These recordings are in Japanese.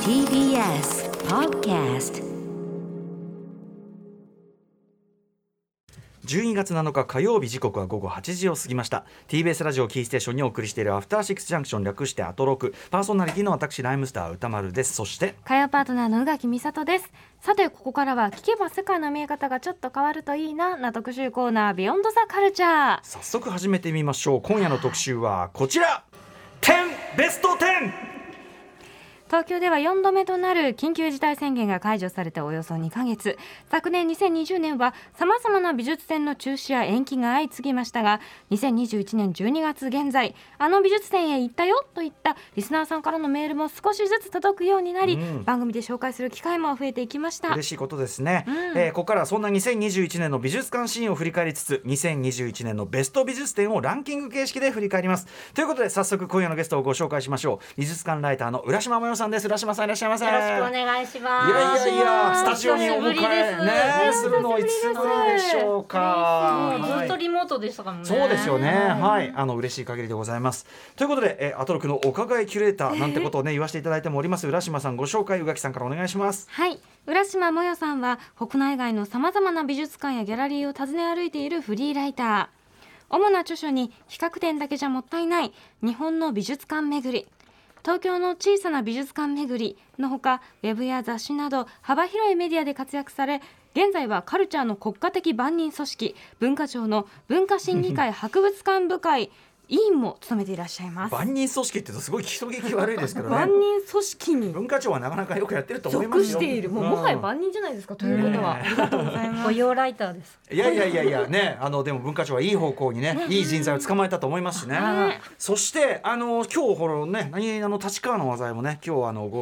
TBS Podcast。 12月7日火曜日、時刻は午後8時を過ぎました。 TBS ラジオキーステーションにお送りしているアフターシックスジャンクション、略してアトロク。パーソナリティの私ライムスター歌丸です。そして火曜パートナーの宇垣美里です。さて、ここからは聞けば世界の見え方がちょっと変わるといいな特集コーナー、ビヨンドザカルチャー。 早速始めてみましょう。今夜の特集はこちら、10ベスト10。 東京では4度目となる緊急事態宣言が解除されておよそ2ヶ月。昨年2020年はさまざまな美術展の中止や延期が相次ぎましたが、2021年12月現在、あの美術展へ行ったよといったリスナーさんからのメールも少しずつ届くようになり、番組で紹介する機会も増えていきました。 嬉しいことですね。ここからはそんな2021年の美術館シーンを振り返りつつ、2021年のベスト美術展をランキング形式で振り返ります。ということで早速今夜のゲストをご紹介しましょう。美術館ライターの浦島もよさんです。浦島さんいらっしゃいませ。 よろしくお願いします。 いやスタジオにお迎えねするのいつぶりでしょうか。 ずっとリモートでしたからね。 そうですよね。はい、嬉しい限りでございます。ということで、アトロクのお伺いキュレーターなんてことをね言わせていただいてもおります浦島さん、ご紹介宇垣さんからお願いします。 はい、浦島もよさんは国内外のさまざまな美術館やギャラリーを訪ね歩いているフリーライター。主な著書に比較展だけじゃもったいない日本の美術館巡り、東京の小さな美術館巡りのほか、ウェブや雑誌など幅広いメディアで活躍され、現在はカルチャーの国家的万人組織、文化庁の文化審議会博物館部会委員も務めていらっしゃいます。 万人組織って言うとすごい人聞き悪いですけどね。 万人組織に文化庁はなかなかよくやってると思いますよ。 属している、もはや万人じゃないですか、ということは、ありがとうございます。 御用ライターです。 いやね、でも文化庁はいい方向にね、いい人材を捕まえたと思いますしね。そして今日ほらね、立川の話題もね、今日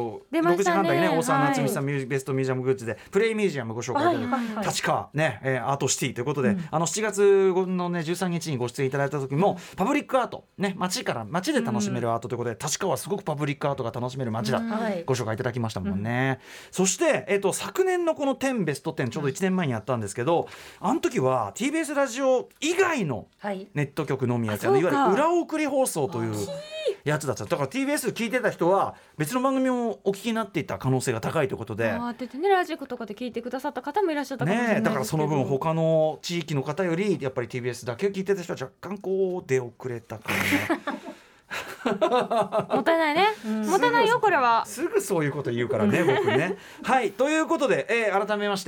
6時半台ね、大沢夏美さんベストミュージアムグッズでプレイミュージアムご紹介いただいて、立川ね、アートシティということで、7月のね13日にご出演いただいた時も、パブリックアートね、街で楽しめるアートということで、立川はすごくパブリックアートが楽しめる街だ、ご紹介いただきましたもんね。そして、昨年のこの10ベスト10、ちょうど1年前にやったんですけど、あの時は TBS ラジオ以外のネット局のみやつ、いわゆる裏送り放送というやつだった。だから TBS 聞いてた人は別の番組をお聞きになっていた可能性が高いということで、 ラジコとかで聞いてくださった方もいらっしゃったかもしれないですけど、 だからその分他の地域の方よりやっぱり TBS だけ聞いてた人は若干こう出遅れたかな。 もったいないね、もったいないよ、これはすぐそういうこと言うからね僕ね。はいということで、改めまして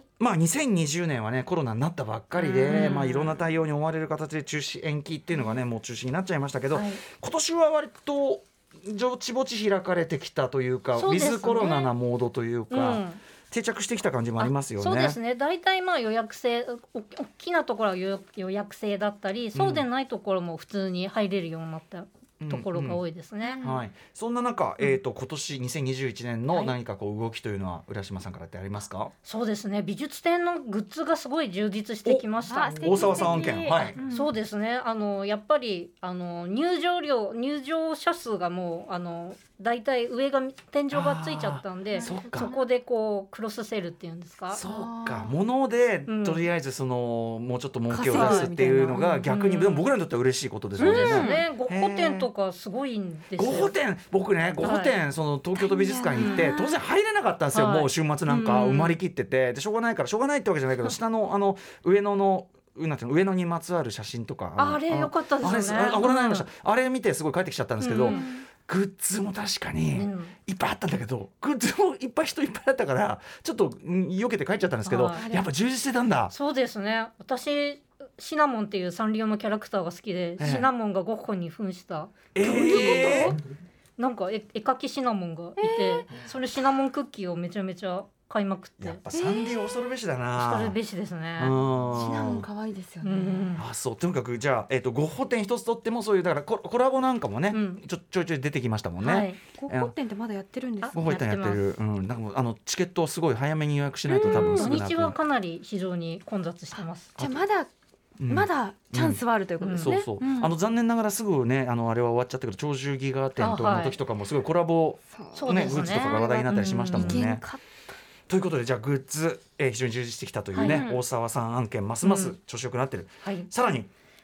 、2020年はねコロナになったばっかりで、いろんな対応に追われる形で中止延期っていうのがねもう中止になっちゃいましたけど、今年は割とぼちぼち開かれてきたというか、ウィズコロナなモードというか、定着してきた感じもありますよね。 そうですね。大体予約制、大きなところは予約制だったり、そうでないところも普通に入れるようになったところが多いですね。 そんな中、今年2021年の何か動きというのは浦島さんからってありますか？ そうですね、美術展のグッズがすごい充実してきました。 大沢さん案件、 そうですね、やっぱり入場者数がもうだいたい上が天井がついちゃったんで、そこでクロスセルっていうんですか、 そうか、物でとりあえずもうちょっと儲けを出すっていうのが逆に、でも僕らにとっては嬉しいことですよね。 ゴッホ展とかすごいんですよ。 ゴッホ展、僕ねゴッホ展、東京都美術館に行って当然入れなかったんですよ。もう週末なんか埋まりきってて、でしょうがないってわけじゃないけど、下の上野にまつわる写真とか、 あれ良かったですよね。 ご覧になりました。あれ見てすごい帰ってきちゃったんですけど、グッズも確かにいっぱいあったんだけど、グッズも人いっぱいあったからちょっと避けて帰っちゃったんですけど、やっぱ充実してたんだ。 そうですね。私シナモンっていうサンリオのキャラクターが好きで、シナモンがゴッホに扮した、なんか絵描きシナモンがいて、それシナモンクッキーをめちゃめちゃ買いまくって。 やっぱサンリオ恐るべしだな。 恐るべしですね。シナモン可愛いですよね。 そう、とにかくじゃあ、ゴッホ展一つとってもそういうだからコラボなんかもね、ちょいちょい出てきましたもんね。 ゴッホ展ってまだやってるんですか？ ゴッホ展やってる。なんかチケットをすごい早めに予約しないと多分すぐなく。 土日はかなり非常に混雑してます。 じゃあまだチャンスはあるということですね。 残念ながらすぐねあれは終わっちゃったけど、鳥獣戯画展の時とかもすごいコラボねグッズとかが話題になったりしましたもんね。ということで、じゃあグッズ、非常に充実してきたというね、大沢さん案件ますます調子よくなってる。さらに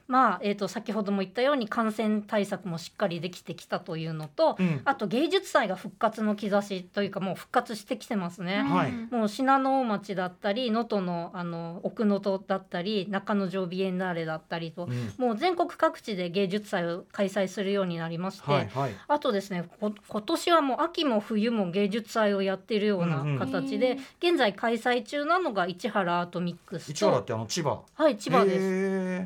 まあ先ほども言ったように感染対策もしっかりできてきたというのと、あと芸術祭が復活の兆しというかもう復活してきてますね。もう信濃町だったり能登の奥能登だったり中之条ビエンナーレだったりと、もう全国各地で芸術祭を開催するようになりまして、あとですね今年はもう秋も冬も芸術祭をやっているような形で、現在開催中なのが市原アートミックスと。 市原って千葉。 はい、千葉です。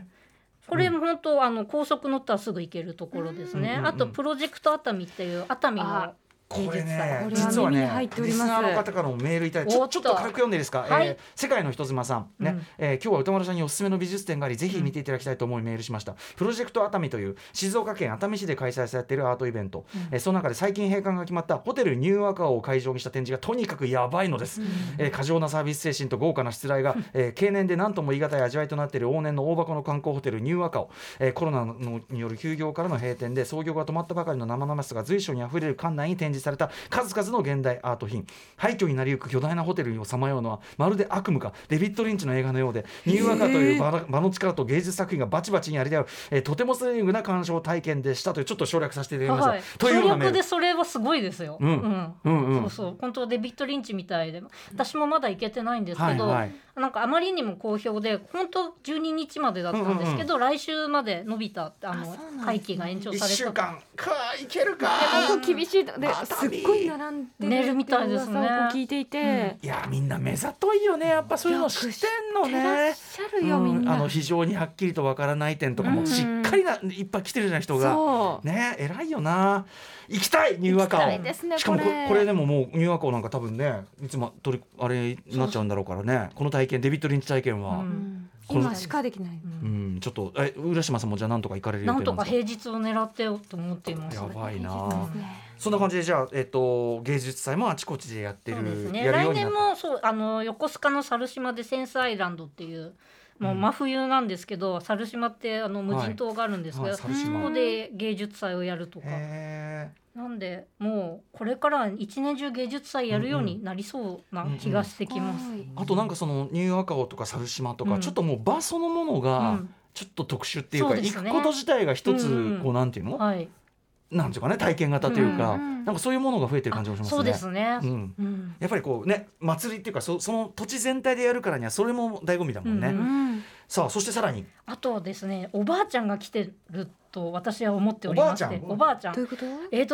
これも本当高速乗ったらすぐ行けるところですね。あとプロジェクト熱海っていう熱海のこれね、実はねリスナーの方からもメールいただいてちょっと軽く読んでいいですか。世界の人妻さんね、今日は歌丸さんにおすすめの美術展がありぜひ見ていただきたいと思いメールしました。プロジェクト熱海という静岡県熱海市で開催されているアートイベント、その中で最近閉館が決まったホテルニューアカオを会場にした展示がとにかくやばいのです。過剰なサービス精神と豪華なしつらいが経年で何とも言い難い味わいとなっている往年の大箱の観光ホテルニューアカオ、コロナによる休業からの閉店で創業が止まったばかりの生々しさが随所にあふれる館内に展示された数々の現代アート品。廃墟になりゆく巨大なホテルをさまようのはまるで悪夢かデビッド・リンチの映画のようで、ニューアカという場の力と芸術作品がバチバチにやり合う、とてもスリリングな鑑賞体験でしたというちょっと省略させていただきました。というようなメール。 省略でそれはすごいですよ。そうそう本当デビッド・リンチみたいで、私もまだ行けてないんですけど、なんかあまりにも好評で本当12日までだったんですけど、来週まで伸びた会期が延長された。1 週間かいけるか。 本当厳しいですっごい並んでるみたいですね。 聞いていて、 いやみんな目ざといよね。やっぱそういうの知ってんのね。 らっしゃるよみんな。 非常にはっきりとわからない点とかもしっかりいっぱい来てるじゃない人がね。偉いよな。行きたいニューアカオ。しかもこれでももうニューアカオなんか多分ねいつもあれになっちゃうんだろうからね。この体験デビッド・リンチ体験は。 今しかできない。 ちょっと浦島さんもじゃあなんとか行かれる予定なんですか。 なんとか平日を狙ってよと思っています。 やばいな。そんな感じでじゃあ、芸術祭もあちこちでやってる。そうですね。 来年もそう横須賀の猿島でセンスアイランドっていうもう真冬なんですけど、猿島って無人島があるんですけど、そこで芸術祭をやるとか。なんでもうこれから一年中芸術祭やるようになりそうな気がしてきます。 あとなんかそのニューアカオとか猿島とか、ちょっともう場そのものがちょっと特殊っていうか、行くこと自体が一つこうなんていうの、なんていうかね体験型というか、なんかそういうものが増えてる感じもしますね。 そうですね。 やっぱりこうね祭りっていうかその土地全体でやるからにはそれも醍醐味だもんね。さあそしてさらにあとですね、おばあちゃんが来てると私は思っておりまして、おばあちゃんどういうこと？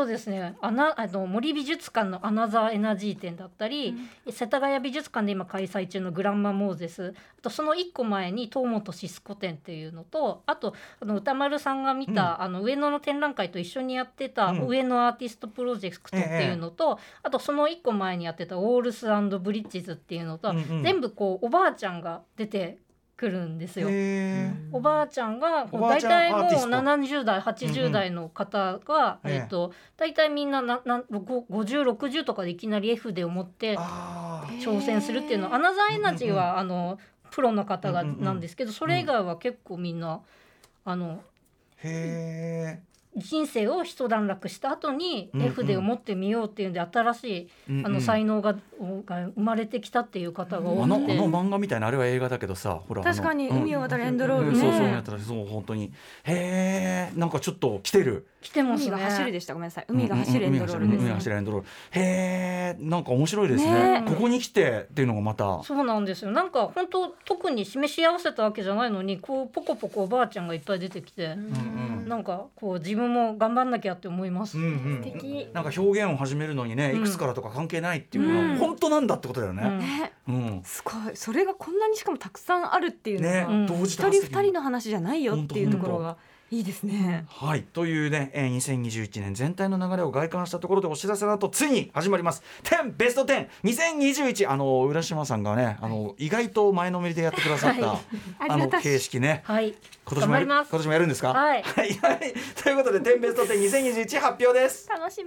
ですね、森美術館のアナザーエナジー展だったり、世田谷美術館で今開催中のグランマモーゼス、あとその1個前に東本シスコ展っていうのと、あと歌丸さんが見た、上野の展覧会と一緒にやってた、上野アーティストプロジェクトっていうのと、あとその1個前にやってたウォールス&ブリッジズっていうのと、全部こうおばあちゃんが出て来るんですよ。おばあちゃんが大体もう70代80代の方が、大体みんな5060とかでいきなり絵筆を持って挑戦するっていうの。アナザーエナジーはプロの方がなんですけど、それ以外は結構みんな人生を一段落した後に絵筆を持ってみようっていうんで、新しい才能が生まれてきたっていう方が多くて、 漫画みたいなあれは映画だけどさ、ほら確かに海を渡るエンドロールね。 そうやったらそう本当になんかちょっと来てますね。 海が走るでした。ごめんなさい。海が走るエンドロールです。 海が走るエンドロール。なんか面白いですね。ここに来てっていうのがまた。 そうなんですよ。なんか本当特に示し合わせたわけじゃないのに、こうポコポコおばあちゃんがいっぱい出てきて、なんかこう自分も頑張んなきゃって思います。 素敵。 なんか表現を始めるのにね、いくつからとか関係ないっていうのは本当なんだってことだよね。 すごい。それがこんなにしかもたくさんあるっていうのが、一人二人の話じゃないよっていうところが。いいですね。 はい、というね、2021年全体の流れを外観したところでお知らせの後ついに始まります10ベスト10 2021。浦島さんがね意外と前のめりでやってくださった形式ね、今年もやるんですか。はい、ということで10ベスト10 2021発表です。 楽し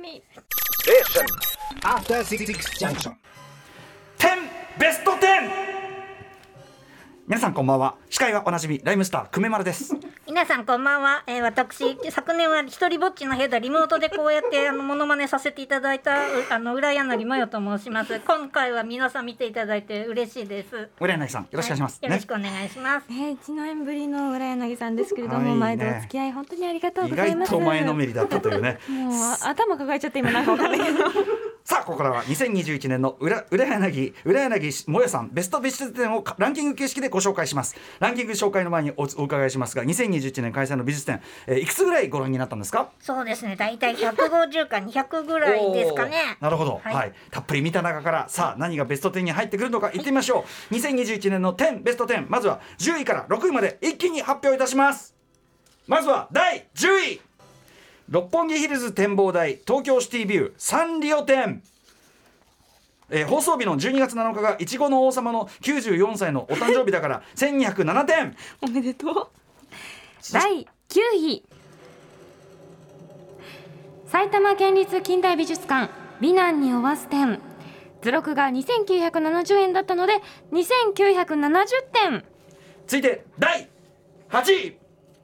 み。10 ベスト10 皆さんこんばんは。司会はおなじみライムスター久米丸です。 皆さんこんばんは。私昨年は一人ぼっちの部屋でリモートでこうやってモノマネさせていただいた浦柳麻世と申します。今回は皆さん見ていただいて嬉しいです。 浦柳さんよろしくお願いします、 よろしくお願いします。 1年ぶりの浦柳さんですけれども、毎度お付き合い本当にありがとうございます。 意外と前のめりだったというねもう頭抱えちゃって今なんかわかんないけどさあここからは2021年の浦柳もやさんベスト美術展をランキング形式でご紹介します。ランキング紹介の前にお伺いしますが、2021年開催の美術展、いくつぐらいご覧になったんですか？ そうですね、だいたい150か200ぐらいですかね。 なるほど、はい、たっぷり見た中からさあ何がベスト10に入ってくるのか言ってみましょう、2021年の10ベスト10、まずは10位から6位まで一気に発表いたします。まずは第10位、六本木ヒルズ展望台東京シティビューサンリオ展。放送日の12月7日がいちごの王様の94歳のお誕生日だから1207点おめでとう。第9位、埼玉県立近代美術館美男におわす展。図録が2970円だったので2970点。 続いて第8位、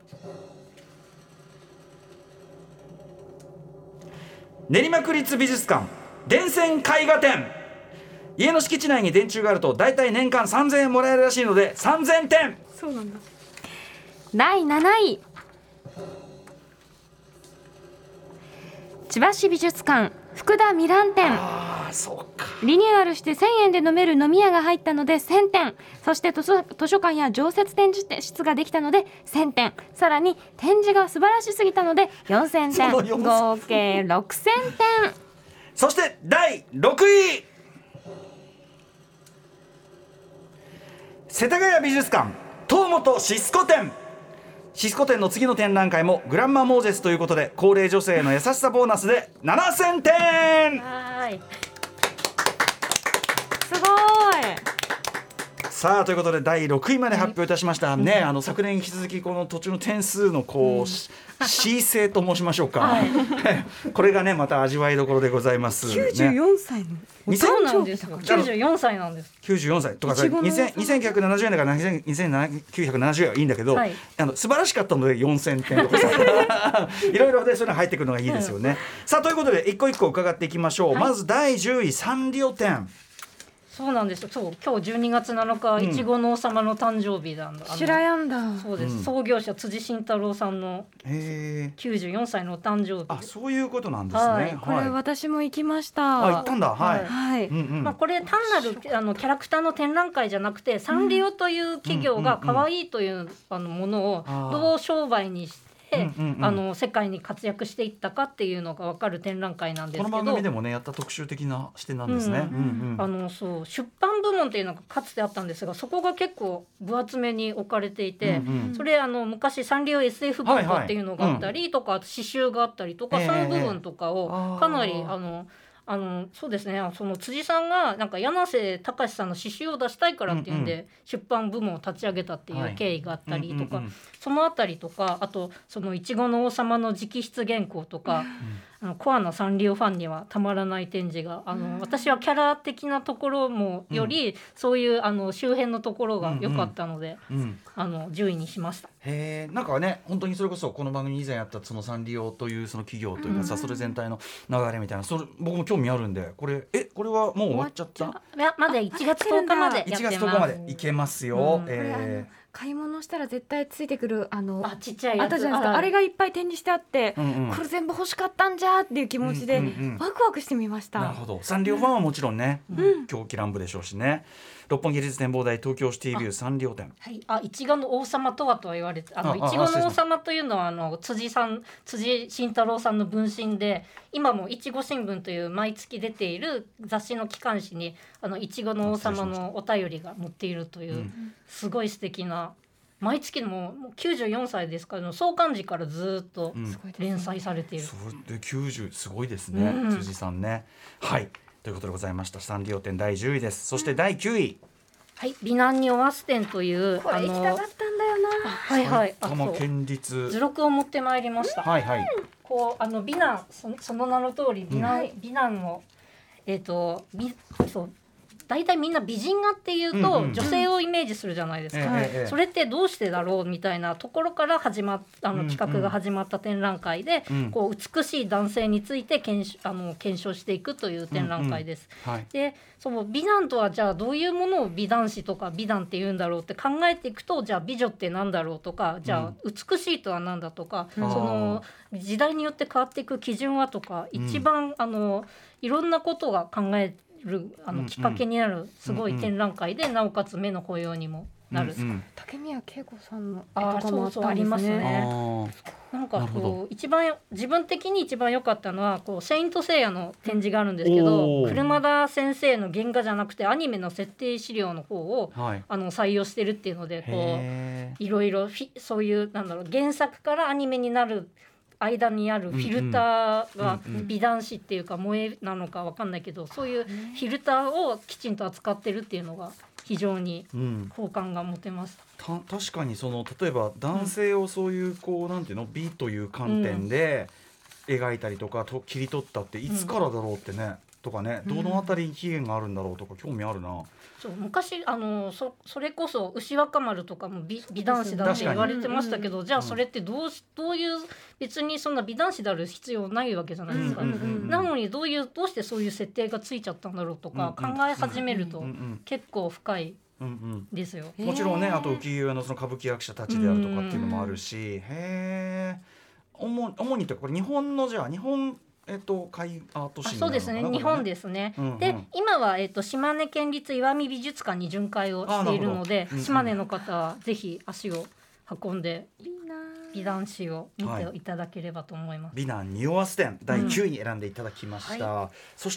練馬区立美術館電線絵画展。家の敷地内に電柱があるとだいたい年間3000円もらえるらしいので3000点。 そうなんだ。第7位、千葉市美術館福田ミラン展。 そうか、 リニューアルして1000円で飲める飲み屋が入ったので1000点。そして図書館や常設展示室ができたので1000点。さらに展示が素晴らしすぎたので4000点。合計6000点。 そして第6位、世田谷美術館東本シスコ展。シスコ展の次の展覧会もグランマモーゼスということで高齢女性の優しさボーナスで7000点。 はい、 すごい。 さあということで第6位まで発表いたしましたね。昨年に引き続きこの途中の点数の恣意性と申しましょうか、これがねまた味わいどころでございます、 94歳のお誕生日ですよ。94歳なんです。 94歳とか2970円だから2970円はいいんだけど、素晴らしかったので4000点とかさいろいろでそういうの入ってくるのがいいですよね、さあということで一個一個伺っていきましょう、まず第10位サンリオ展。 そうなんですよ。そう、今日12月7日、いちごの王様の誕生日なんだ。 白やんだ。 そうです、創業者辻慎太郎さんの94歳のお誕生日。 そういうことなんですね、 これ私も行きました。 行ったんだ。はい、 これ単なるキャラクターの展覧会じゃなくて、サンリオという企業が可愛いというものをどう商売にして世界に活躍していったかっていうのが分かる展覧会なんですけど、 この番組でもねやった特集的な視点なんですね。 そう出版部門っていうのがかつてあったんですが、そこが結構分厚めに置かれていて、それ昔サンリオ SF 文庫っていうのがあったりとか、詩集があったりとか、その部分とかをかなりそうですね、その辻さんがなんか柳瀬隆さんの詩集を出したいからっていうんで、出版部門を立ち上げたっていう経緯があったりとか、そのあたりとか、あとそのいちごの王様の直筆原稿とか、コアなサンリオファンにはたまらない展示が私はキャラ的なところもより、そういう周辺のところが良かったので、10位にしました。 なんかね本当にそれこそこの番組以前やったそのサンリオというその企業というかさ、それ全体の流れみたいな、それ僕も興味あるんで、これはもう終わっちゃった？ まだ1月10日までやってます。 1月10日までいけますよ。 買い物したら絶対ついてくるちっちゃいやつあったじゃないですか。あれがいっぱい展示してあって、これ全部欲しかったんじゃっていう気持ちでワクワクしてみました。 なるほど。サンリオファンはもちろんね、狂気乱舞でしょうしね。六本木ヒルズ展望台東京シティビューサンリオ展。 いちごの王様とはとは言われて、いちごの王様というのは辻慎太郎さんの分身で、今もいちご新聞という毎月出ている雑誌の機関誌にいちごの王様のお便りが載っているという、すごい素敵な、毎月もう94歳ですから創刊時からずっと連載されている。 それで90すごいですね、辻さんね。はいということでございました。サンリオ展第10位です。そして第9位、 美男におわす展という、 これ行きたかったんだよな。 埼玉県立図録を持ってまいりました。こう美男、その名の通り美男の大体みんな美人画っていうと女性をイメージするじゃないですか、それってどうしてだろうみたいなところから企画が始まった展覧会で、こう美しい男性について検証していくという展覧会です。でその美男とはじゃあどういうものを美男子とか美男って言うんだろうって考えていくと、じゃあ美女ってなんだろうとか、じゃあ美しいとはなんだとか、その時代によって変わっていく基準はとか、一番いろんなことが考えるきっかけになるすごい展覧会で、なおかつ目の保養にもなる。 竹宮恵子さんのありますね。なんかこう一番自分的に一番良かったのはこうセイントセイヤの展示があるんですけど、車田先生の原画じゃなくてアニメの設定資料の方を、採用してるっていうので、こういろいろそういう原作からアニメになる間にあるフィルターが美男子っていうか萌えなのか分かんないけど、そういうフィルターをきちんと扱ってるっていうのが非常に好感が持てます。 確かに例えば男性をそういうこうなんていうの美という観点で描いたりとか切り取ったっていつからだろうってね、とかね、どのあたりに起源があるんだろうとか興味あるな。 そう昔それこそ牛若丸とかも美男子だって言われてましたけど、じゃあそれってどういう別にそんな美男子である必要ないわけじゃないですか。なのにどうしてそういう設定がついちゃったんだろうとか考え始めると結構深いですよ。 もちろんね、あと浮世絵のその歌舞伎役者たちであるとかっていうのもあるし、主にとこれ日本のじゃあ日本海アートシーンそうですね、日本ですね。で今は島根県立石見美術館に巡回をしているので、島根の方はぜひ足を運んで美男子を見ていただければと思います。 美男匂わす展第9位に選んでいただきました。そして、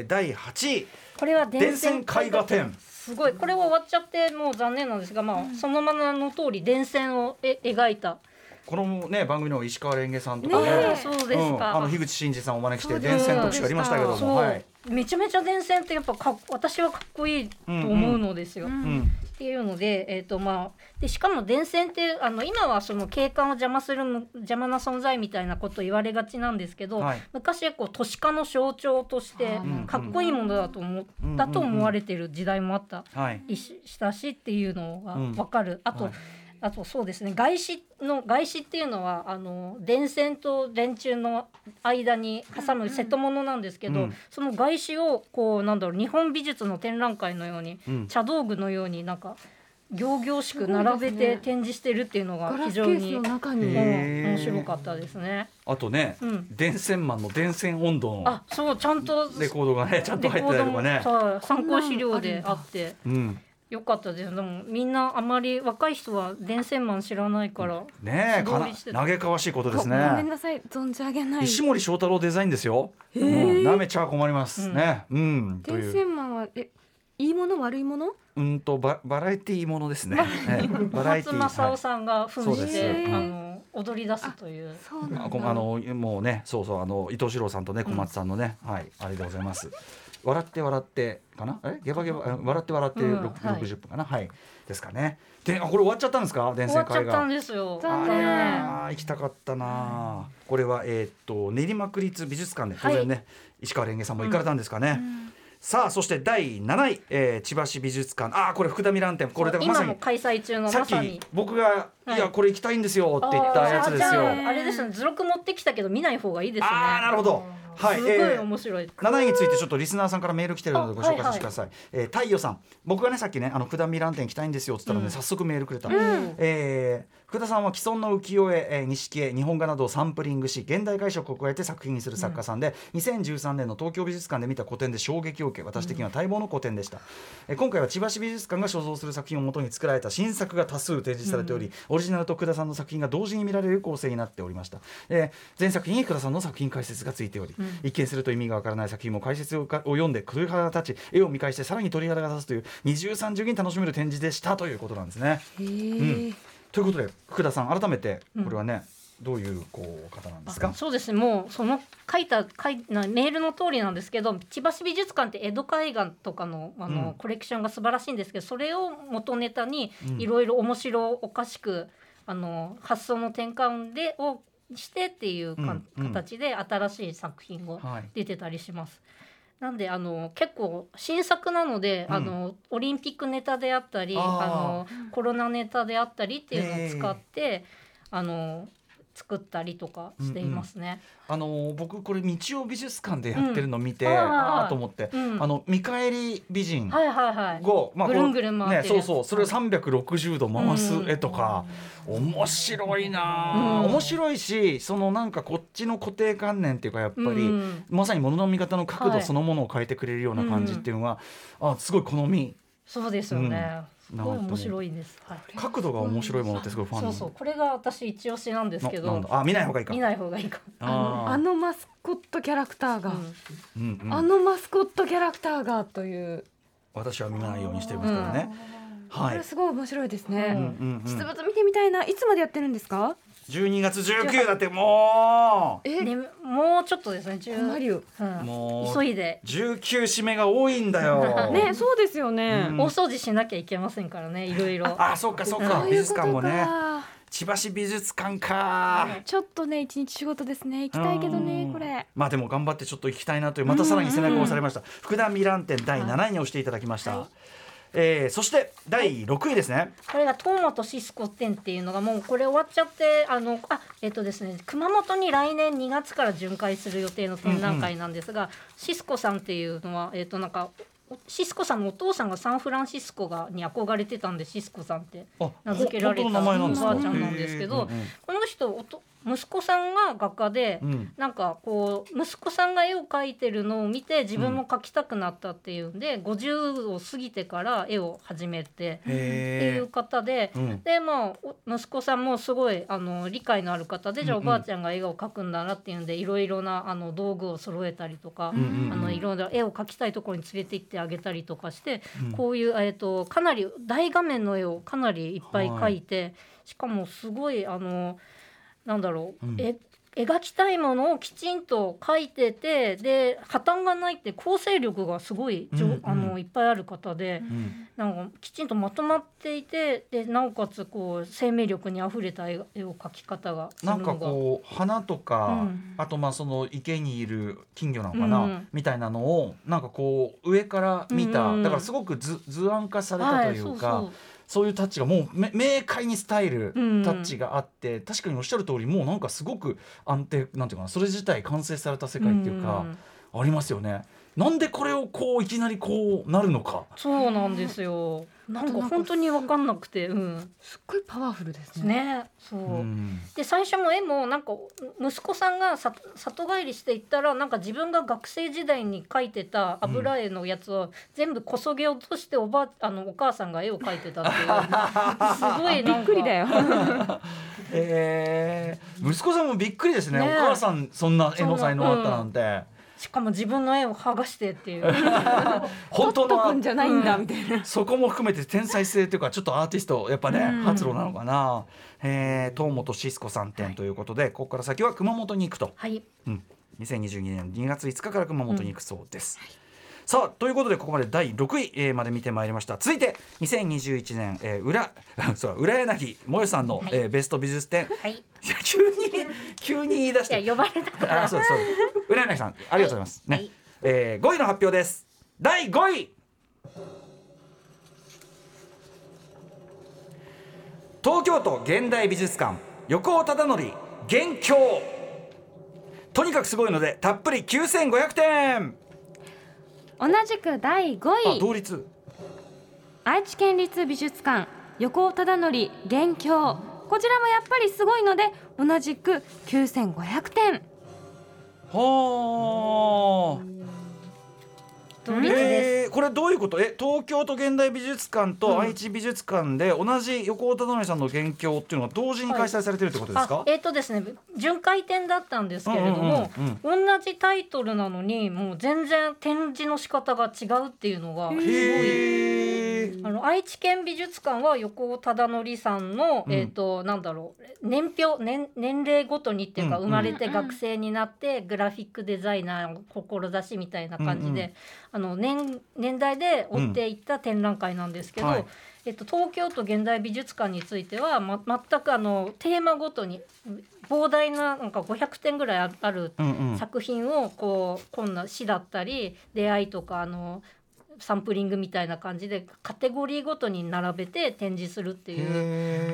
第8位これは電線絵画展。 すごい、これは終わっちゃってもう残念なんですが、そのままの通り電線を描いた。 このね番組の石川蓮華さんとかね、 そうですか、 樋口真嗣さんをお招きして電線特集ありましたけども、 めちゃめちゃ電線ってやっぱ私はかっこいいと思うのですよ。っていうので、でしかも電線って今はその景観を邪魔な存在みたいなことを言われがちなんですけど、昔はこう都市化の象徴としてかっこいいものだと思われてる時代もあったりしたしっていうのが分かる。あとそうですね、外視っていうのは電線と電柱の間に挟む瀬戸物なんですけど、その外視をこう日本美術の展覧会のように、茶道具のように仰々しく並べて展示してるっていうのが非常に面白かったですね。 あとね、電線マンの電線温度のそうちゃんとレコードがねちゃんと入ってたりとかね、 参考資料であって。よかったです。でもみんなあまり若い人は電線マン知らないからね、嘆かわしいことですね。 ごめんなさい、存じ上げない。 石森章太郎デザインですよ。なめちゃ困りますね。 電線マンはいいもの悪いもの？ バラエティーものですね。 松正夫さんが扮して踊り出すという。 もうね、伊藤四郎さんとね小松さんのね、あれでございます。笑ってかな、ゲバゲバ笑って60分かな、ですかね。でこれ終わっちゃったんですか、電線絵画。 終わっちゃったんですよ。 行きたかったな。これは練馬区立美術館で当然ね、石川蓮華さんも行かれたんですかね。さあそして第7位、千葉市美術館、これ福田ミラン展、これ今も開催中のまさにさっき僕がいやこれ行きたいんですよって言ったやつですよ。 あれですね、図録持ってきたけど見ない方がいいですね。 なるほど。 すごい面白い。 7位についてちょっとリスナーさんからメール来てるのでご紹介させてください。太陽さん、僕がねさっきね福田ミラン展行きたいんですよって言ったらね、早速メールくれた。福田さんは既存の浮世絵、錦絵、日本画などをサンプリングし現代解釈を加えて作品にする作家さんで、2013年の東京美術館で見た個展で衝撃を受け、私的には待望の個展でした。今回は千葉市美術館が所蔵する作品をもとに作られた新作が多数展示されており、オリジナルと福田さんの作品が同時に見られる構成になっておりました。全作品に福田さんの作品解説がついており、一見すると意味がわからない作品も解説を読んで鳥肌が立ち、絵を見返してさらに鳥肌が立つという二重三重に楽しめる展示でしたということなんですね。ということで福田さん、改めてこれはね、どういう方なんですか？ そうですね、もうその書いたメールの通りなんですけど、千葉市美術館って江戸絵画とかの、コレクションが素晴らしいんですけど、それを元ネタにいろいろ面白おかしく発想の転換をしてっていう形で新しい作品を出てたりします。 なんで結構新作なので、オリンピックネタであったりコロナネタであったりっていうのを使って作ったりとかしていますね。 僕これ日曜美術館でやってるの見て、あと思って、見返り美人が、 ぐるんぐるん回ってるやつ、 それを360度回す絵とか、面白いな、面白いし、そのなんかこっちの固定観念っていうか、やっぱり、まさに物の見方の角度そのものを変えてくれるような感じっていうのが、すごい好み。 そうですよね、すごい面白いです、 角度が面白いものってすごいファン。 そうこれが私一押しなんですけど、 見ない方がいいか。 見ない方がいいか。 マスコットキャラクターが、マスコットキャラクターがという、 私は見ないようにしてるんですからね。 これすごい面白いですね。実物見てみたいな。いつまでやってるんですか ？12月19だって、もうもうちょっとですね。もう急いで 19締めが多いんだよね。そうですよね、 大掃除しなきゃいけませんからね、いろいろ。 そうか美術館もね。千葉市美術館か、 ちょっとね一日仕事ですね。行きたいけどね、これ。 でも頑張ってちょっと行きたいなという、またさらに背中を押されました。福田ミラン展第7位に押していただきました。そして第6位ですね。 これが東本シスコ展っていうのがもうこれ終わっちゃって、ですね、熊本に来年2月から巡回する予定の展覧会なんですが、シスコさんっていうのはなんかシスコさんのお父さんがサンフランシスコに憧れてたんで、シスコさんって名付けられたおばあちゃんなんですけど、この人息子さんが画家で、なんかこう息子さんが絵を描いてるのを見て自分も描きたくなったっていうんで、50を過ぎてから絵を始めてっていう方で、で息子さんもすごい理解のある方で、じゃあおばあちゃんが絵を描くんだなっていうんで、いろいろな道具を揃えたりとか、いろいろ絵を描きたいところに連れて行ってあげたりとかして、こういうかなり大画面の絵をかなりいっぱい描いて、しかもすごいなんだろう、描きたいものをきちんと描いてて、で破綻がないって、構成力がすごいいっぱいある方で、なんかきちんとまとまっていて、でなおかつこう生命力にあふれた絵を描き方がするのが、 なんかこう花とか、あとその池にいる金魚なのかな、みたいなのをなんかこう上から見た、だからすごく図案化されたというか、そういうタッチがもう明快にスタイル、タッチがあって、確かにおっしゃる通り、もうなんかすごく安定、なんていうかな、それ自体完成された世界っていうか、ありますよね。なんでこれをこういきなりこうなるのか。 そうなんですよ。なんか本当に分かんなくて、 すっごいパワフルですね。 で最初も絵もなんか息子さんが里帰りしていったら、なんか自分が学生時代に描いてた油絵のやつを全部こそげ落として、お母さんが絵を描いてたっていうすごいびっくりだよ。 息子さんもびっくりですね。お母さんそんな絵の才能あったなんて。 しかも自分の絵を剥がしてっていう本当のんじゃないんだみたいな、 そこも含めて天才性というか、ちょっとアーティストやっぱね、発露なのかな。東本シスコさん展ということで、ここから先は熊本に行くと、2022年2月5日から熊本に行くそうです。さあということで、ここまで第6位、まで見てまいりました。続いて2021年、浦柳萌さんの、ベスト美術展、急に言い出して、 呼ばれたからそう浦柳さんありがとうございますね。5位の発表です。第5位、東京都現代美術館横尾忠則元凶。とにかくすごいのでたっぷり9500点。 同じく第5位、 同率、 愛知県立美術館横尾忠則元凶。こちらもやっぱりすごいので同じく9500点。 はあ、 同率です。 これどういうこと？東京都現代美術館と愛知美術館で同じ横尾忠則さんの元凶っていうのが同時に開催されてるってことですか？ ですね、巡回展だったんですけれども、同じタイトルなのにもう全然展示の仕方が違うっていうのがすごい。愛知県美術館は横尾忠則さんの、なんだろう、年齢ごとにっていうか、生まれて学生になってグラフィックデザイナーを志みたいな感じで、年年代で追っていった展覧会なんですけど、 はい東京都現代美術館については、全くテーマごとに膨大ななんか500点ぐらいある作品をこんな詩だったり出会いとかサンプリングみたいな感じでカテゴリーごとに並べて展示するっていう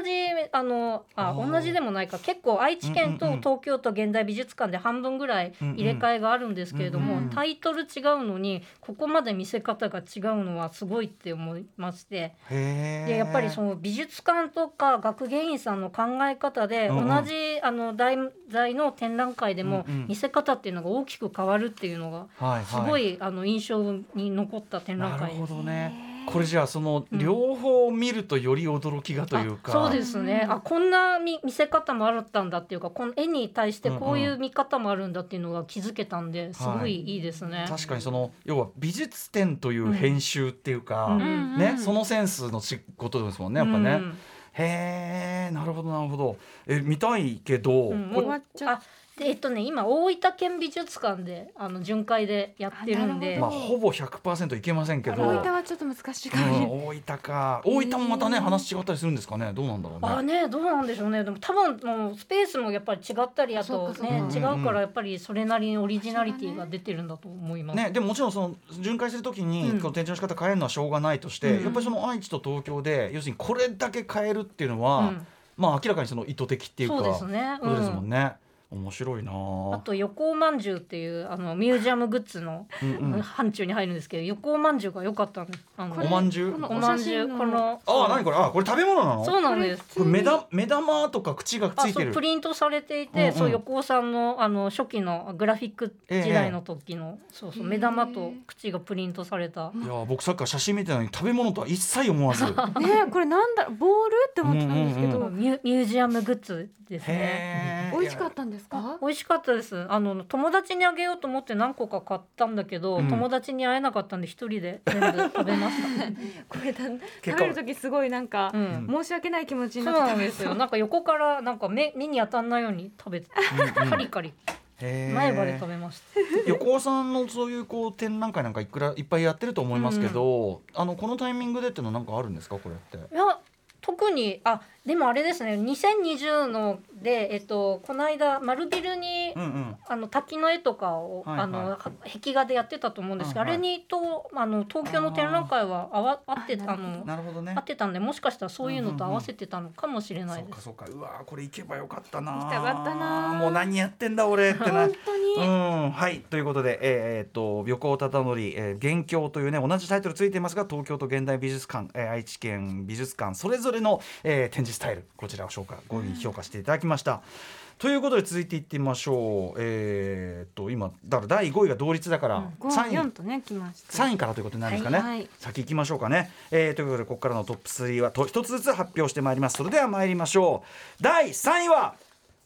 同じでもないか、結構愛知県と東京都現代美術館で半分ぐらい入れ替えがあるんですけれども、タイトル違うのにここまで見せ方が違うのはすごいって思いまして、でやっぱりその美術館とか学芸員さんの考え方で同じ題材の展覧会でも見せ方っていうのが大きく変わるっていうのがすごい印象に残った展覧会です。 なるほどね。これじゃあその両方見るとより驚きがというか、 そうですね、こんな見せ方もあったんだっていうか、この絵に対してこういう見方もあるんだっていうのが気づけたんで、すごいいいですね。 確かにその要は美術展という編集っていうか、ね、そのセンスのことですもんね、やっぱね。へー、なるほどなるほど。見たいけど、 終わっちゃう。今大分県美術館で巡回でやってるんで、 ほぼ 100% いけませんけど、 大分はちょっと難しいかも、 大分か。大分もまたね話違ったりするんですかね。どうなんだろうね。 どうなんでしょうね。でも多分もうスペースもやっぱり違ったり、あとね違うからやっぱりそれなりにオリジナリティが出てるんだと思います。 でももちろんその巡回するときにこの展示の仕方変えるのはしょうがないとして、やっぱりその愛知と東京で要するにこれだけ変えるっていうのは、明らかにその意図的っていうか、 そうですね。 ことですもんね。面白いな。 あと横尾まんじゅうっていうミュージアムグッズの範疇に入るんですけど、横尾まんじゅうが良かったんです。 おまんじゅう、 おまんじゅう、この何これ、これ食べ物なの？ そうなんです。 これ目玉とか口がついてる。 プリントされていて、そう横尾さんの初期のグラフィック時代の時のそう目玉と口がプリントされた。 いや僕さっきから写真見てたのに食べ物とは一切思わず。 これなんだボールって思ってたんですけど、 ミュージアムグッズですね。 美味しかったんですか？ 美味しかったです。友達にあげようと思って何個か買ったんだけど、友達に会えなかったんで一人で全部食べました。 これ食べる時すごいなんか、申し訳ない気持ちになってたんですよ。なんか横からなんか目に当たんないように食べて、カリカリ前歯で食べました。 横尾さんのそういう展覧会なんかいっぱいやってると思いますけど、このタイミングでってのなんかあるんですかこれって？ いや特にでもあれですね、2020のでこの間丸ビルに、滝の絵とかを、壁画でやってたと思うんですけど、あれに東京の展覧会は合ってた合ってたんで、もしかしたらそういうのと合わせてたのかもしれないです。 そうかうわこれ行けばよかったな。 行きたかったな。 もう何やってんだ俺ってな。 本当に。 はいということで横尾忠則元凶というね同じタイトルついていますが、東京都現代美術館、愛知県美術館それぞれの、展示スタイル、こちらをご評価していただきました。ということで続いていってみましょう。今だから第5位が同率だから、 4とね来ました。 3位からということになるんですかね。先行きましょうかね。ということでここからのトップ3は一つずつ発表してまいります。それでは参りましょう。第3位は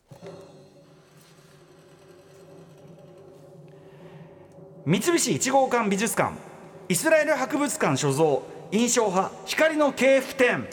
三菱一号館美術館イスラエル博物館所蔵印象派光の系譜展。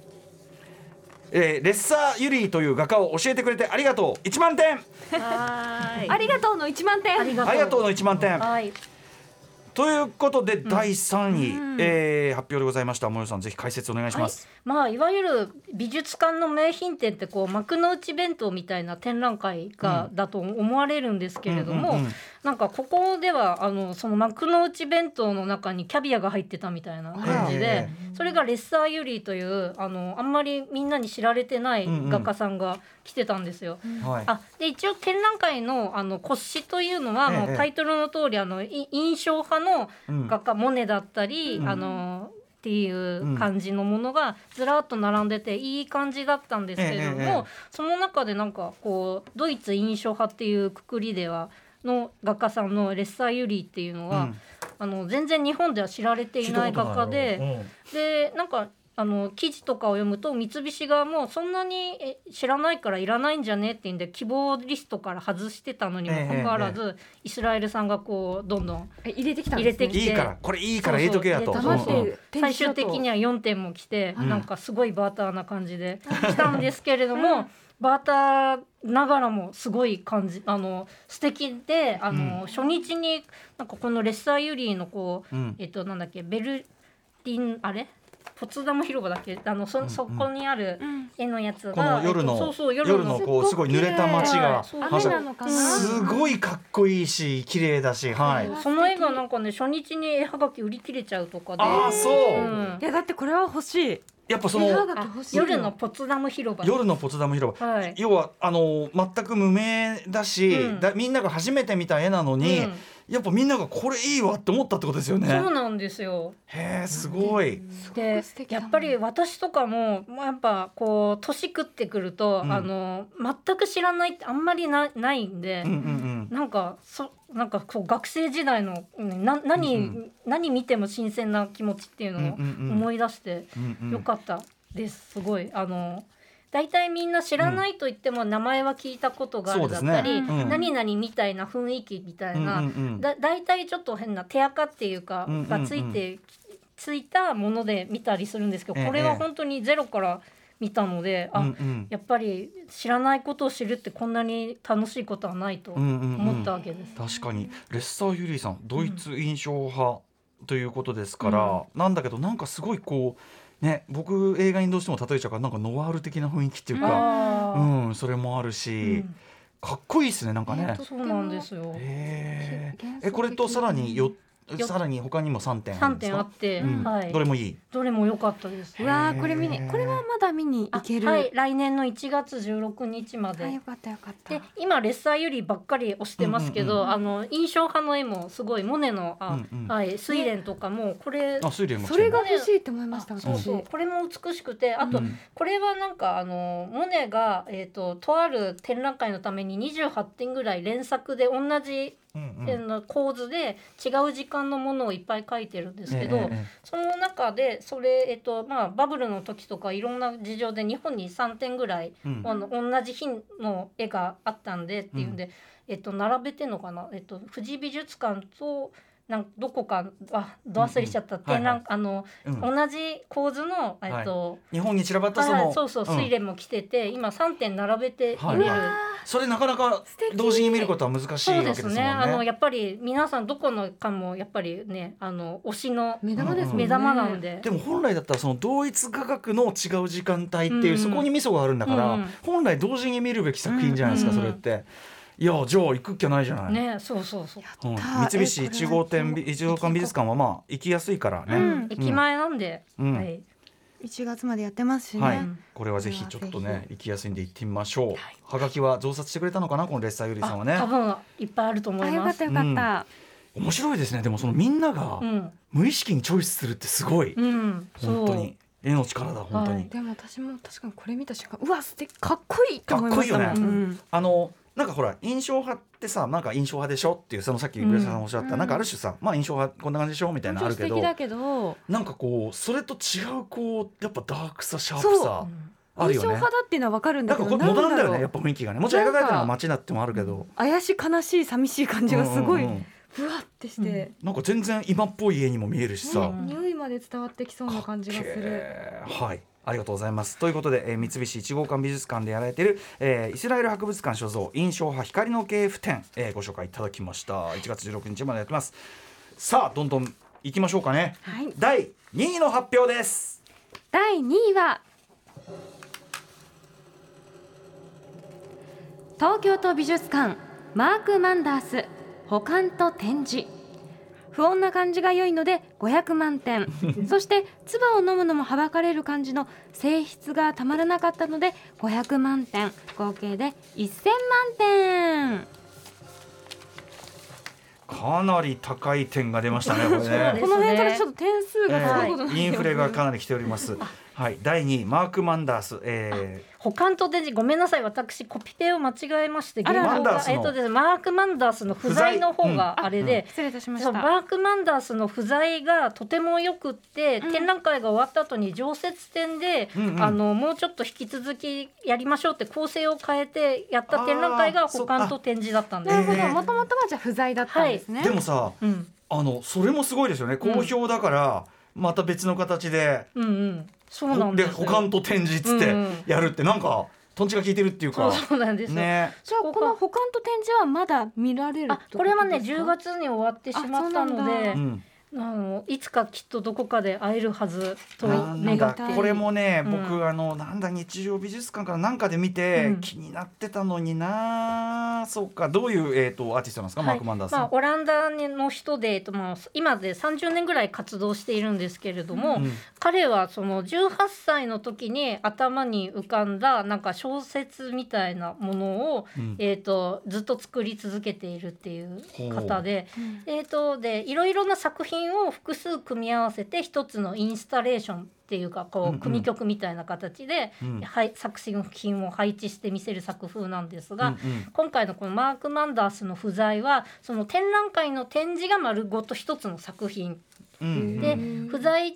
レッサーユリーという画家を教えてくれてありがとう1万点。 ありがとうの1万点。 ありがとうの1万点。ということで第3位、発表でございました。森さんぜひ解説お願いします。 いわゆる美術館の名品展って幕の内弁当みたいな展覧会だと思われるんですけれども、なんかここではその幕の内弁当の中にキャビアが入ってたみたいな感じで、それがレッサーユリーというあんまりみんなに知られてない画家さんが来てたんですよ。で一応展覧会の骨子というのは、タイトルの通り印象派の画家、モネだったりっていう感じのものがずらっと並んでていい感じだったんですけれども、その中でなんかドイツ印象派っていうくくりではの画家さんのレッサーユリーっていうのは、全然日本では知られていない画家で、なんか記事とかを読むと三菱側もそんなに知らないからいらないんじゃねって言うんで希望リストから外してたのにもかかわらず、イスラエルさんがどんどん入れてきたんですね。 いいからこれいいから入れとけやと。 最終的には4点も来て、なんかすごいバーターな感じで来たんですけれどもバーターながらもすごい感じ素敵で初日になんかこのレッサーユリーのこう、なんだっけベルリンポツダム広場だっけそこにある絵のやつが、 この夜のこうすごい濡れた街が雨なのかな、 すごいかっこいいし綺麗だし、はい、 その絵がなんかね初日に絵はがき売り切れちゃうとかで、 そう、 いやだってこれは欲しい。 やっぱその夜のポツダム広場、 はい、要は全く無名だし、みんなが初めて見た絵なのに、やっぱみんながこれいいわって思ったってことですよね。 そうなんですよ。 へー、すごい。 でやっぱり私とかもやっぱこう年食ってくると、全く知らないってあんまりないんで、なんかこう学生時代の何見ても新鮮な気持ちっていうのを思い出してよかったです。すごいだいたいみんな知らないと言っても名前は聞いたことがあるだったり、何々みたいな雰囲気みたいな、だいたいちょっと変な手垢っていうかがついたもので見たりするんですけど、これは本当にゼロから見たので、やっぱり知らないことを知るってこんなに楽しいことはないと思ったわけです。 確かにレッサーユリーさんドイツ印象派ということですから、なんだけどなんかすごいこうね、僕映画にどうしても例えちゃうからなんかノワール的な雰囲気っていうか、それもあるし、かっこいいですねなんかね。 そうなんですよ。 これとさらに他にも3点あるんですか？ 3点あって、 どれもいい？ どれも良かったです。 うわー、これはまだ見に行ける。 はい、来年の1月16日まで。 よかったよかった。 で今レッサーユリばっかり押してますけど、印象派の絵もすごいモネの睡蓮とかもこれ、 それが欲しいって思いました。 そうこれも美しくて、あとこれはなんかモネがとある展覧会のために28点ぐらい連作で同じ構図で違う時間のものをいっぱい描いてるんですけど、その中でそれ、バブルの時とかいろんな事情で日本に3点ぐらい、同じ日の絵があったんでっていうんで、並べてんのかな、富士美術館とどこかど忘れしちゃった展覧、同じ構図の、 日本に散らばった睡蓮も来てて、今3点並べて見れる。 それなかなか同時に見ることは難しいわけですもんね。 そうですね。やっぱり皆さんどこのかもやっぱりね推しの目玉なんで。 でも本来だったらその同一画角の違う時間帯っていう、そこにミソがあるんだから、本来同時に見るべき作品じゃないですか、それって。いやじゃあ行くっきゃないじゃない。 そう、 三菱1号館美術館はまあ行きやすいからね、 駅前なんで、 1月までやってますしね、 これはぜひちょっとね行きやすいんで行ってみましょう。はがきは増刷してくれたのかな、このレッサーユリさんはね。 多分いっぱいあると思います。 よかった。 面白いですね。でもそのみんなが無意識にチョイスするってすごい、本当に絵の力だ本当に。 でも私も確かにこれ見た瞬間、うわ素敵、かっこいいと思いましたもん。 かっこいいよね。なんかほら印象派ってさ、なんか印象派でしょっていう、そのさっきブレさんおっしゃった、なんかある種さ、まあ印象派こんな感じでしょみたいなのあるけど、なんかこうそれと違うこうやっぱダークさシャープさあるよね。印象派だっていうのは分かるんだけど、 なんかモダンだよねやっぱ雰囲気がね。もちろん描かれてるのは街だってもあるけど、 怪しい悲しい寂しい感じがすごいふわってして、 なんか全然今っぽい家にも見えるしさ、 匂いまで伝わってきそうな感じがする。 はい、ありがとうございます。ということで、三菱1号館美術館でやられている、イスラエル博物館所蔵印象派光の系譜展、ご紹介いただきました。1月16日までやってます。さあどんどんいきましょうかね、第2位の発表です。 第2位は東京都美術館マーク・マンダース保管と展示。不穏な感じが良いので500万点そして唾を飲むのもはばかれる感じの性質がたまらなかったので500万点、合計で1000万点。 かなり高い点が出ましたね、これね。 この辺からちょっと点数がすごいことになってますね。 インフレがかなり来ております。はい、第2位マーク・マンダース、 保管と展示、ごめんなさい、私コピペを間違えまして、マーク・マンダースの不在の方があれで、 失礼いたしました。 マーク・マンダースの不在がとてもよくって、展覧会が終わった後に常設展で、もうちょっと引き続きやりましょうって構成を変えてやった展覧会が保管と展示だったんです。 なるほど、もともとはじゃあ不在だったんですね。 でもさ、それもすごいですよね。好評だからまた別の形で、 そうなんですよ。 で保管と展示っつってやるって、なんかトンチが効いてるっていうか。 そうなんですよ、 ね。 じゃあこの保管と展示はまだ見られるってことですか？ これはね10月に終わってしまったので、いつかきっとどこかで会えるはずと願って。 これもね、僕なんだ日曜美術館からなんかで見て、気になってたのにな。そうか、どういう、アーティストなんですか、マーク・マンダース。 オランダの人で、今で30年ぐらい活動しているんですけれども、彼はその18歳の時に頭に浮かんだなんか小説みたいなものを、ずっと作り続けているっていう方で、でいろいろな作品を複数組み合わせて一つのインスタレーションっていうかこう組曲みたいな形で、作品を配置して見せる作風なんですが、今回のこのマーク・マンダースの不在はその展覧会の展示が丸ごと一つの作品、で不在って、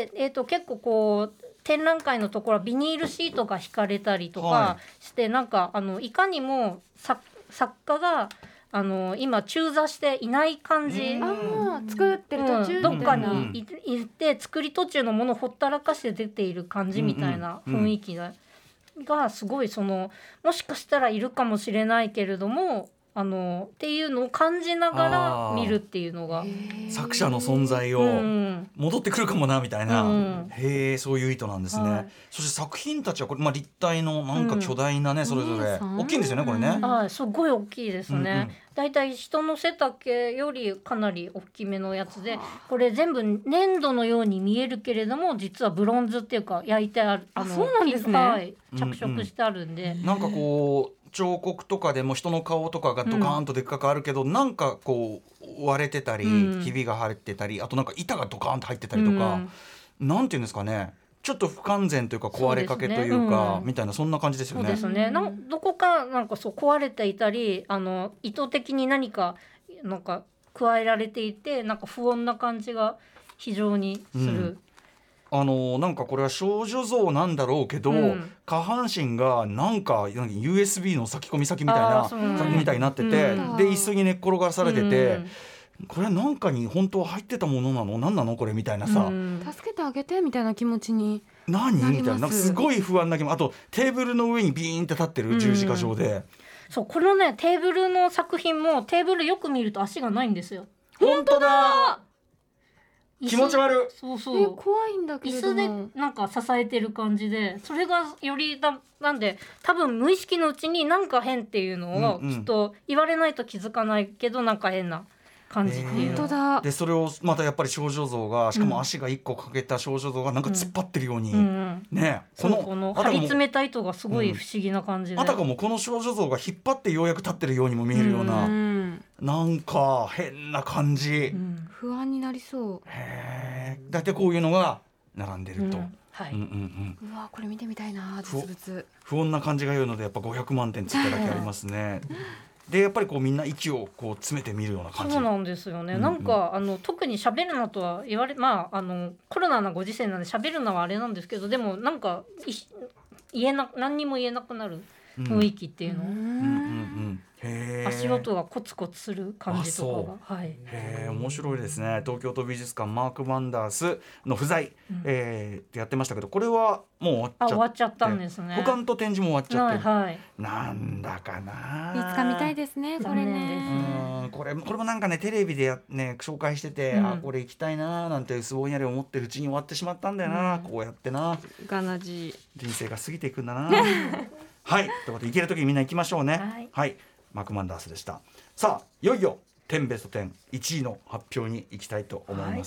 結構こう展覧会のところはビニールシートが引かれたりとかして、なんかいかにも作家が今中座していない感じ、 作ってる途中、 どっかに行って作り途中のものをほったらかして出ている感じみたいな雰囲気がすごい、もしかしたらいるかもしれないけれどもっていうのを感じながら見るっていうのが作者の存在を戻ってくるかもなみたいな、へえ、そういう意図なんですね。そして作品たちはこれ、立体のなんか巨大なね、それぞれ大きいんですよね、これね。 すごい大きいですね。だいたい人の背丈よりかなり大きめのやつで、これ全部粘土のように見えるけれども実はブロンズっていうか焼いてある、 そうなんですね、 着色してあるんで、 なんかこう彫刻とかでも人の顔とかがドカーンとでっかくあるけど、なんかこう割れてたり、ひびが入ってたり、あとなんか板がドカーンと入ってたりとか、なんていうんですかね、ちょっと不完全というか壊れかけというかみたいな、そんな感じですよね。 そうですね。どこかなんか壊れていたり、意図的に何かなんか加えられていて、なんか不穏な感じが非常にする。 なんかこれは少女像なんだろうけど、下半身がなんか USB の先込み先みたいな先みたいになってて、で椅子に寝っ転がされてて、これはなんかに本当は入ってたものなの、何なのこれみたいなさ、 助けてあげてみたいな気持ちに何みたいな、なんかすごい不安な気持ち。あとテーブルの上にビーンって立ってる十字架状で、 そうこのねテーブルの作品もテーブルよく見ると足がないんですよ。 本当だ、気持ち悪い。 そうそう、 怖いんだけれども、 椅子でなんか支えてる感じで、それがよりなんで多分無意識のうちになんか変っていうのをきっと言われないと気づかないけど、なんか変な感じっていうの、 本当だ。 でそれをまたやっぱり少女像が、しかも足が1個欠けた少女像がなんか突っ張ってるように、ね、 この張り詰めた糸がすごい不思議な感じで、 あたかもこの少女像が引っ張ってようやく立ってるようにも見えるような、なんか変な感じ、 不安になりそう。 へえ、だいたいこういうのが並んでると、 うわこれ見てみたいな、実物。 不穏な感じが言うのでやっぱ500万点つっただけありますね。でやっぱりこうみんな息をこう詰めてみるような感じ。 そうなんですよね、なんか特に喋るなとは言われ、コロナのご時世なんで喋るのはあれなんですけど、でもなんか何にも言えなくなる雰囲気っていうのを、足音がコツコツする感じとかが、 面白いですね。東京都美術館マーク・マンダースの不在、ってやってましたけど、これはもう終わっちゃったんですね。 保管と展示も終わっちゃってる、なんだかないつか見たいですね、これね。 これもなんかねテレビで紹介してて、これ行きたいななんてぼんやり思ってるうちに終わってしまったんだよな、こうやってな人生が過ぎていくんだなはい、ということで行ける時にみんな行きましょうね。はい、マーク・マンダースでした。さあいよいよ10ベスト10、1位の発表に行きたいと思います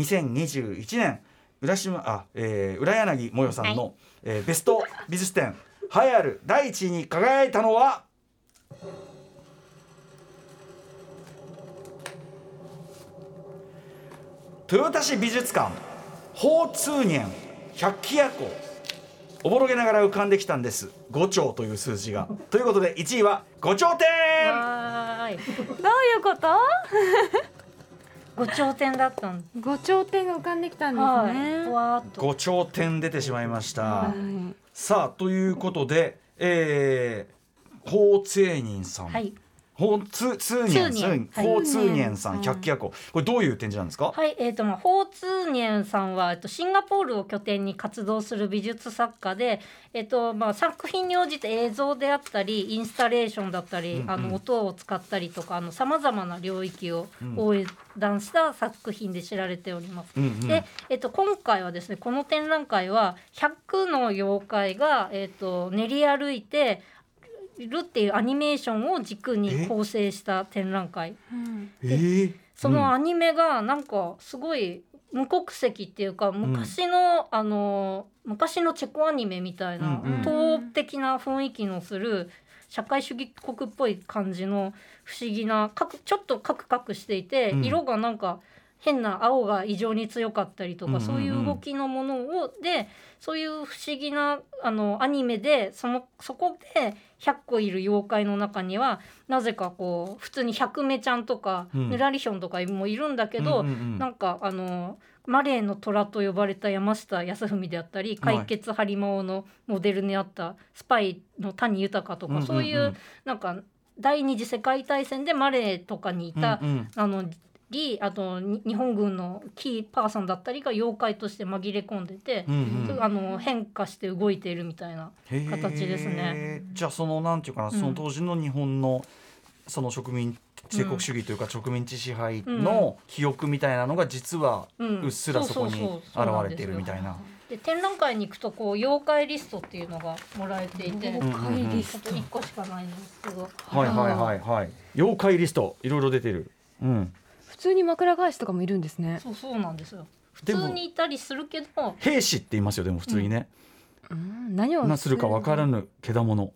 。2021年浦柳もよさんの、ベスト美術展栄えある第1位に輝いたのは豊田市美術館宝通年百鬼夜行。おぼろげながら浮かんできたんです、5兆という数字がということで1位は5兆点。 どういうこと 5兆点だったん 5兆点が浮かんできたんですね。 5兆点出てしまいました。さあということで、宝青人さん、 ホーツーニェンさん百鬼夜行、これどういう展示なんですか？ はい、ホーツーニェンさんは、シンガポールを拠点に活動する美術作家で、作品に応じて映像であったりインスタレーションだったり、音を使ったりとかさまざまな領域を横断した作品で知られております。で、今回はですね、この展覧会は100の妖怪が、練り歩いてるっていうアニメーションを軸に構成した展覧会、そのアニメがなんかすごい無国籍っていうか昔のチェコアニメみたいな東欧的な雰囲気のする社会主義国っぽい感じの不思議なちょっとカクカクしていて、色がなんか変な青が異常に強かったりとか、そういう動きのものをでそういう不思議なアニメでそこで100個いる妖怪の中にはなぜかこう普通に百目ちゃんとか、ヌラリヒョンとかもいるんだけど、なんかマレーの虎と呼ばれた山下康文であったり、解決ハリマオのモデルにあったスパイの谷豊とか、そういうなんか第二次世界大戦でマレーとかにいた、あと日本軍のキーパーソンだったりが妖怪として紛れ込んでて、変化して動いているみたいな形ですね。 じゃあそのなんていうかな、その当時の日本のその植民帝国主義というか植民地支配の記憶みたいなのが実はうっすらそこに現れているみたいな。 で展覧会に行くとこう妖怪リストっていうのがもらえていて、妖怪リスト1個しかないんですけど、 妖怪リストいろいろ出てる。 普通に枕返しとかもいるんですね。 そうなんですよ。普通にいたりするけど兵士って言いますよ。でも普通にね、 何をするか分からぬけだもの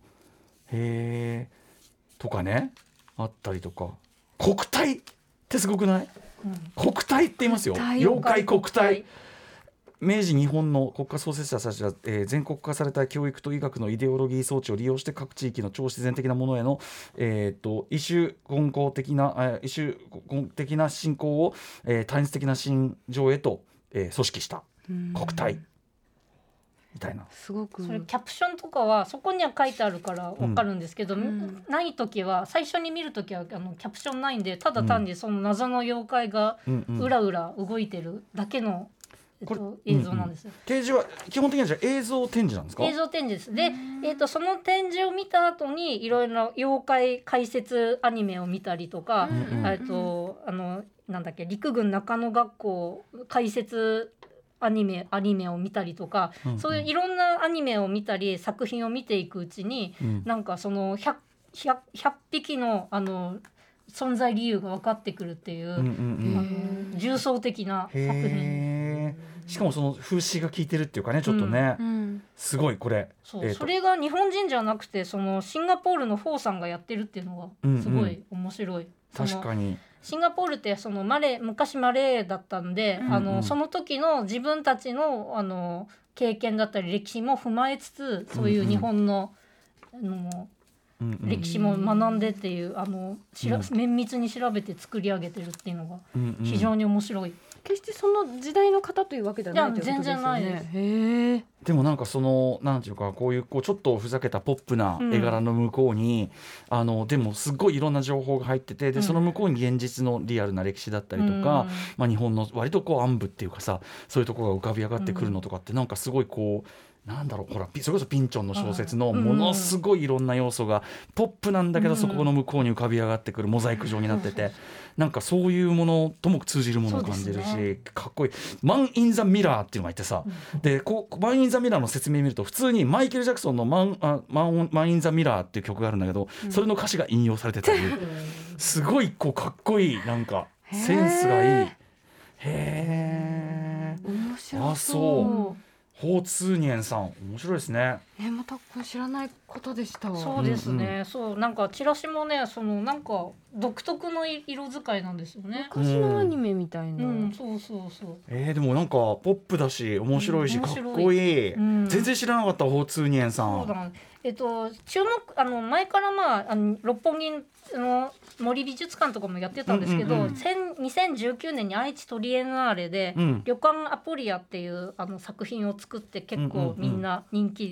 とかねあったりとか、国体ってすごくない？国体って言いますよ。妖怪国体。明治日本の国家創設者たちは、全国化された教育と医学のイデオロギー装置を利用して各地域の超自然的なものへの、異種根本的な信仰を、単一的な信条へと、組織した国体みたいな。 すごくそれキャプションとかはそこには書いてあるから分かるんですけど、ない時は最初に見る時はキャプションないんで、ただ単にその謎の妖怪がうらうら動いてるだけの映像なんです。 展示は基本的には映像展示なんですか？映像展示です。で、その展示を見た後にいろいろな妖怪解説アニメを見たりとか、なんだっけ、陸軍中野学校解説アニメを見たりとか、そういういろんなアニメを見たり作品を見ていくうちに、なんかその100匹の存在理由が分かってくるっていう、重層的な作品。 しかもその風刺が効いてるっていうかね、ちょっとね、すごいこれ。 それが日本人じゃなくてそのシンガポールのフォーさんがやってるっていうのがすごい面白い。 確かにシンガポールってその昔マレーだったんで、その時の自分たちの経験だったり歴史も踏まえつつ、そういう日本の、歴史も学んでっていう綿密に調べて作り上げてるっていうのが非常に面白い。 決してその時代の方というわけではないということですよね。 全然ないです。 でもなんかそのなんていうか、こういうちょっとふざけたポップな絵柄の向こうに、でもすごいいろんな情報が入ってて、でその向こうに現実のリアルな歴史だったりとか、日本の割と暗部っていうかさ、そういうところが浮かび上がってくるのとかって、なんかすごいなんだろう、ほらそれこそピンチョンの小説のものすごいいろんな要素がポップなんだけど、そこの向こうに浮かび上がってくるモザイク状になってて、なんかそういうものとも通じるものを感じるし、かっこいい。マン・イン・ザ・ミラーっていうのがいてさ、でマン・イン・ザ・ミラーの説明見ると、普通にマイケル・ジャクソンのマン・イン・ザ・ミラーっていう曲があるんだけど、それの歌詞が引用されてたり、すごいかっこいい、なんかセンスがいい。 面白そう。 そう、ホーツーニェンさん面白いですね。 また知らないことでしたわ。 そうですね、そうなんかチラシもね、なんか独特の色使いなんですよね。 昔のアニメみたいな、 そうでもなんかポップだし面白いし、かっこいい、全然知らなかった。ホーツーニェンさん。 そうだ、注目前から六本木の森美術館とかもやってたんですけど、2019年に愛知トリエンナーレで、旅館アポリアっていう作品を作って結構みんな人気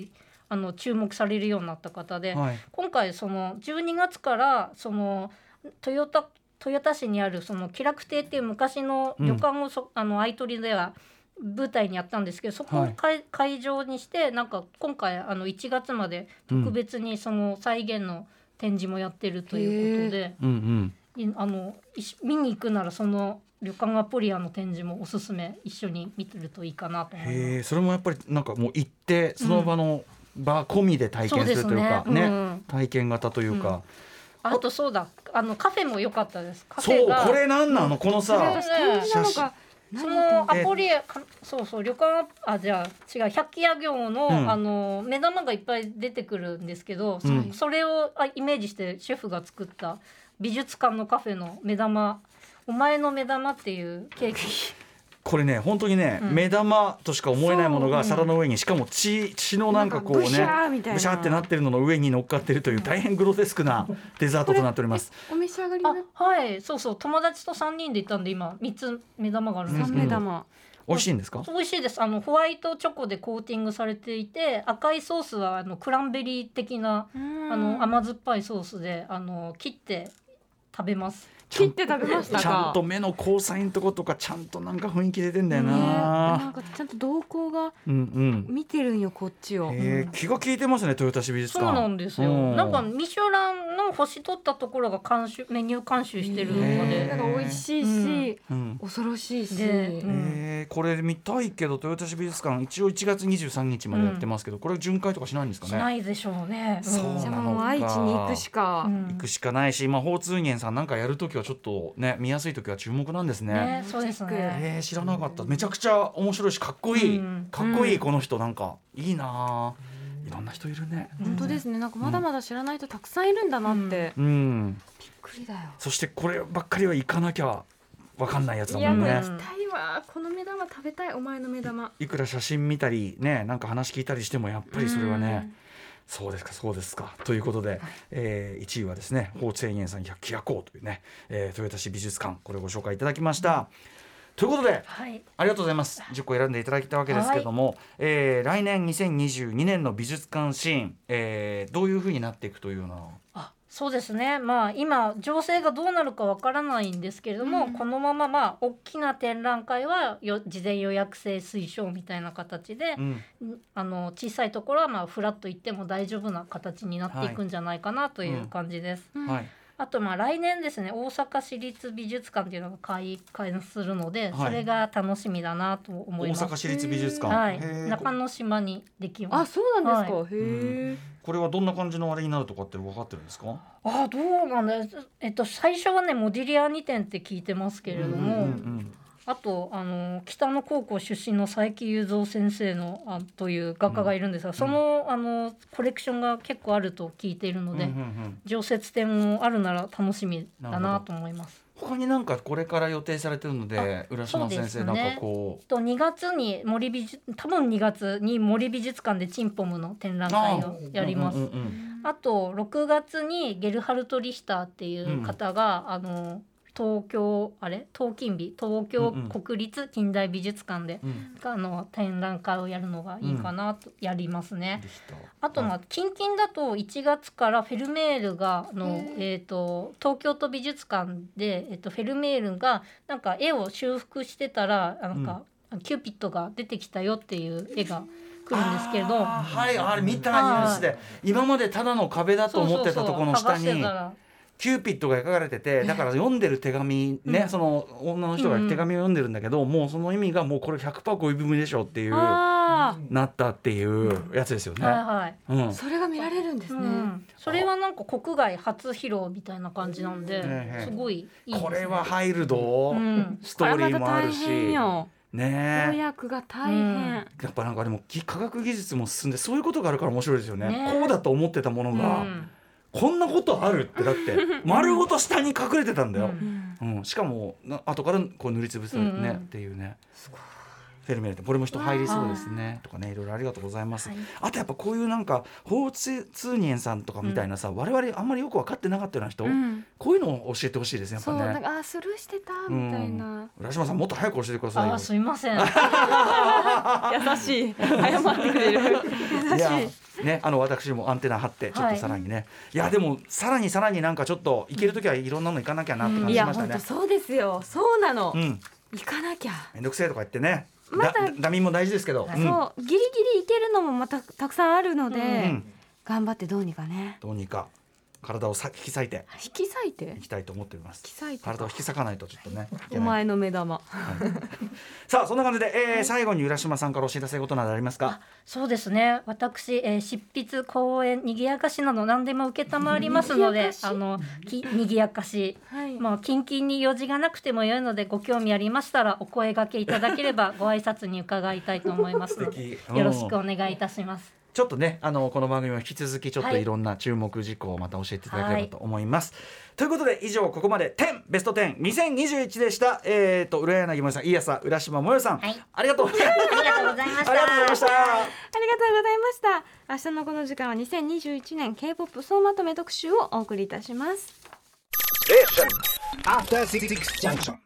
注目されるようになった方で、 はい、 今回その12月からその豊田市にあるその喜楽亭っていう昔の旅館を相取りでは舞台にやったんですけど、そこを会場にしてなんか今回1月まで特別にその再現の展示もやってるということで、見に行くならその旅館アポリアの展示もおすすめ、一緒に見てるといいかなと思います。 それもやっぱりなんかもう行ってその場の場込みで体験するというか、体験型というか、 あとそうだカフェも良かったです。カフェがそうこれなんなのこのさ写真そのアポリアそう旅館じゃあ違う百鬼夜行の、目玉がいっぱい出てくるんですけど、それをイメージしてシェフが作った美術館のカフェの目玉、お前の目玉っていうケーキこれね本当にね、目玉としか思えないものが皿の上に、しかも血のなんかこうねブシャーってなってるのの上に乗っかってるという大変グロテスクなデザートとなっております。 お召し上がりはい、そう友達と3人で行ったんで今3つ目玉があるんですけど、 目玉美味しいんですか？ 美味しいです。ホワイトチョコでコーティングされていて、赤いソースはクランベリー的な甘酸っぱいソースで切って食べます。 切って食べましたか？ ちゃんと目の交際のとことかちゃんとなんか雰囲気出てんだよな、 なんかちゃんと瞳孔が見てるんよ、こっちを。 気が利いてますね豊田市美術館。 そうなんですよ、なんかミシュランの星取ったところがメニュー監修してるので、 なんか美味しいし、恐ろしいし、 これ見たいけど豊田市美術館一応1月23日までやってますけど、これ巡回とかしないんですかね？ しないでしょうね。 そうじゃあもう愛知に行くしか、 ないし、宝通園さんなんかやるときはちょっとね見やすいときは注目なんですね。 そうですね。 知らなかった。めちゃくちゃ面白いしかっこいい、かっこいいこの人なんかいいな。いろんな人いるね。 本当ですね。なんかまだまだ知らない人たくさんいるんだなって。びっくりだよ。 そしてこればっかりは行かなきゃわかんないやつだもんね。 行きたいわ。この目玉食べたい。お前の目玉。 いくら写真見たりね、なんか話聞いたりしてもやっぱりそれはね。そうですかということで、1位はですね宝泉園さん百鬼夜行というね、豊田市美術館、これをご紹介いただきました。ということで、ありがとうございます。10個選んでいただいたわけですけども、来年2022年の美術館シーン、どういうふうになっていくというのは。 そうですね、今情勢がどうなるかわからないんですけれども、このまま大きな展覧会は事前予約制推奨みたいな形で、小さいところはフラッと行っても大丈夫な形になっていくんじゃないかなという感じです。あと来年ですね、大阪市立美術館っていうのが開するので、それが楽しみだなと思います。 大阪市立美術館、 中之島にできます。 そうなんですか。へえ。 これはどんな感じのあれになるとかって分かってるんですか？ どうなんだ。最初はねモディリアニ展って聞いてますけれども、あと北野高校出身の佐伯雄三先生のという画家がいるんですが、そのコレクションが結構あると聞いているので、常設展もあるなら楽しみだなと思います。 他になんかこれから予定されてるので、浦島先生なんかこう 2月に多分2月に森美術館でチンポムの展覧会をやります。あと6月にゲルハルト・リヒターっていう方が、東京国立近代美術館で、展覧会をやるのがいいかなと、やりますね。あと近々だと1月からフェルメールが東京都美術館で、フェルメールがなんか絵を修復してたらキューピッドが出てきたよっていう絵が来るんですけれど、 あれ見たニュースで、今までただの壁だと思ってたところの下にキューピッドが描かれてて、だから読んでる手紙ね、その女の人が手紙を読んでるんだけど、もうその意味がもうこれ 100% 恋文でしょっていうなったっていうやつですよね。 それが見られるんですね。 それはなんか国外初披露みたいな感じなんで、すごいいいですね。 これは入るどストーリーもあるし予約が大変。 やっぱなんかでも科学技術も進んで、そういうことがあるから面白いですよね。こうだと思ってたものがこんなことあるって、だって丸ごと下に隠れてたんだよ。しかも後からこう塗りつぶすねっていうね。 フェルメールこれも人入りそうですねとかね、いろいろありがとうございます、あとやっぱこういうなんかホーツツーニエンさんとかみたいなさ、我々あんまりよく分かってなかったような人、こういうのを教えてほしいですね、やっぱね。 そうなんかスルーしてたみたいな、 浦島さんもっと早く教えてくださいよ。 すいません優しい、謝ってくれる優しいね、私もアンテナ張ってちょっとさらにね、いやでもさらになんかちょっと行けるときはいろんなの行かなきゃなって感じしましたね。 いや本当そうですよ、そうなの、行かなきゃめんどくせえとか言ってね、ダミンも大事ですけど、 そうギリギリ行けるのもまたたくさんあるので、頑張ってどうにかね、 どうにか体を引き裂いていきたいと思っております。体を引き裂かないとちょっとね、 お前の目玉、 さあそんな感じで、最後に浦島さんからお知らせことなどありますか。 そうですね、私、執筆講演にぎやかしなど何でも受けたまわりますので、にぎやかし、キンキンに用事がなくてもよいので、ご興味ありましたらお声掛けいただければご挨拶に伺いたいと思いますのでよろしくお願いいたします。 ちょっとねこの番組は引き続きちょっといろんな注目事項をまた教えていただければと思います、ということで以上ここまで10ベスト10 2021でした。浦柳萌さん、井浅浦島萌さん、ありがとうございました。 ありがとうございました。明日のこの時間は2021年 K-POP 総まとめ特集をお送りいたします。